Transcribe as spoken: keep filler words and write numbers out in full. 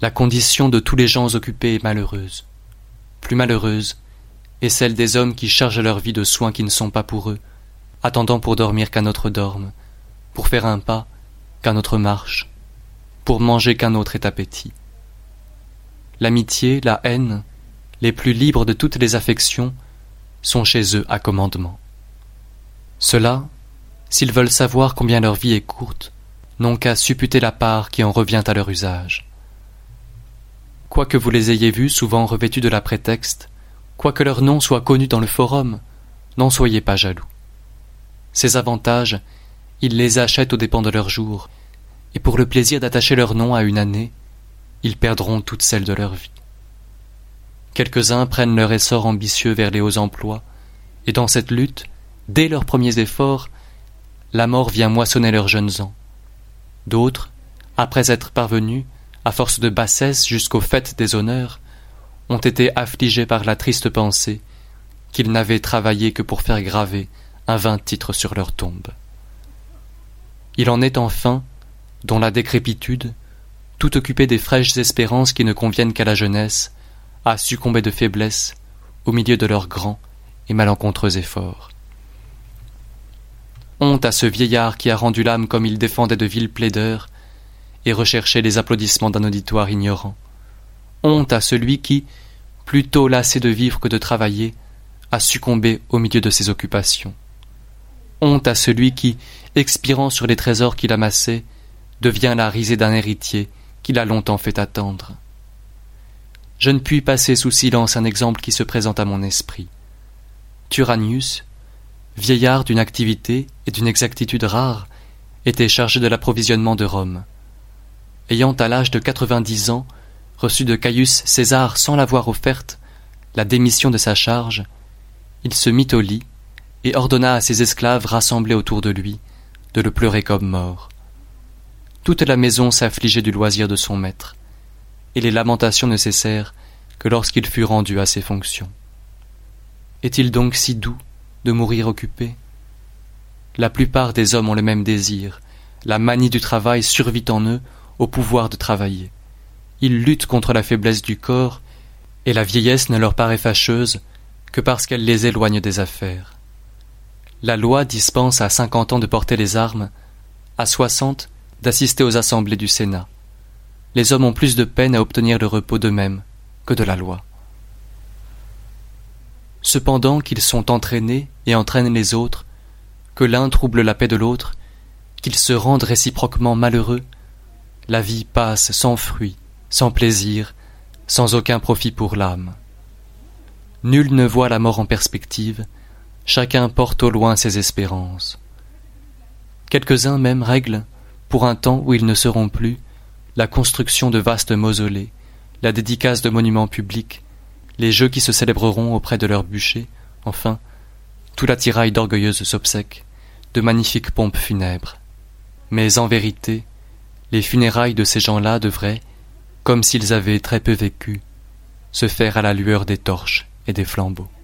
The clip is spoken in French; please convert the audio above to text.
La condition de tous les gens occupés est malheureuse. Plus malheureuse est celle des hommes qui chargent leur vie de soins qui ne sont pas pour eux, attendant pour dormir qu'un autre dorme, pour faire un pas qu'un autre marche, pour manger qu'un autre ait appétit. L'amitié, la haine, les plus libres de toutes les affections, sont chez eux à commandement. Ceux-là, s'ils veulent savoir combien leur vie est courte, n'ont qu'à supputer la part qui en revient à leur usage. Quoique vous les ayez vus souvent revêtus de la prétexte, quoique leur nom soit connu dans le forum, n'en soyez pas jaloux. Ces avantages, ils les achètent aux dépens de leur jour, et pour le plaisir d'attacher leur nom à une année, ils perdront toute celle de leur vie. Quelques-uns prennent leur essor ambitieux vers les hauts emplois, et dans cette lutte, dès leurs premiers efforts, la mort vient moissonner leurs jeunes ans. D'autres, après être parvenus, à force de bassesse jusqu'au fait des honneurs, ont été affligés par la triste pensée qu'ils n'avaient travaillé que pour faire graver un vain titre sur leur tombe. Il en est enfin, dont la décrépitude, tout occupée des fraîches espérances qui ne conviennent qu'à la jeunesse, a succombé de faiblesse au milieu de leurs grands et malencontreux efforts. Honte à ce vieillard qui a rendu l'âme comme il défendait de vils plaideurs et recherchait les applaudissements d'un auditoire ignorant. Honte à celui qui, plutôt lassé de vivre que de travailler, a succombé au milieu de ses occupations. Honte à celui qui, expirant sur les trésors qu'il amassait, devient la risée d'un héritier qui l'a longtemps fait attendre. Je ne puis passer sous silence un exemple qui se présente à mon esprit. Turanius, vieillard d'une activité et d'une exactitude rares, était chargé de l'approvisionnement de Rome. Ayant à l'âge de quatre-vingt-dix ans reçu de Caius César sans l'avoir offerte la démission de sa charge, il se mit au lit et ordonna à ses esclaves rassemblés autour de lui de le pleurer comme mort. Toute la maison s'affligeait du loisir de son maître, et les lamentations ne cessèrent que lorsqu'il fut rendu à ses fonctions. Est-il donc si doux de mourir occupé? La plupart des hommes ont le même désir. La manie du travail survit en eux au pouvoir de travailler. Ils luttent contre la faiblesse du corps, et la vieillesse ne leur paraît fâcheuse que parce qu'elle les éloigne des affaires. La loi dispense à cinquante ans de porter les armes, à soixante d'assister aux assemblées du Sénat. Les hommes ont plus de peine à obtenir le repos d'eux-mêmes que de la loi. Cependant qu'ils sont entraînés et entraînent les autres, que l'un trouble la paix de l'autre, qu'ils se rendent réciproquement malheureux, la vie passe sans fruit, sans plaisir, sans aucun profit pour l'âme. Nul ne voit la mort en perspective, chacun porte au loin ses espérances. Quelques-uns même règlent, pour un temps où ils ne seront plus, la construction de vastes mausolées, la dédicace de monuments publics, les jeux qui se célébreront auprès de leurs bûchers, enfin, tout l'attirail d'orgueilleuses obsèques, de magnifiques pompes funèbres. Mais en vérité, les funérailles de ces gens-là devraient, comme s'ils avaient très peu vécu, se faire à la lueur des torches et des flambeaux.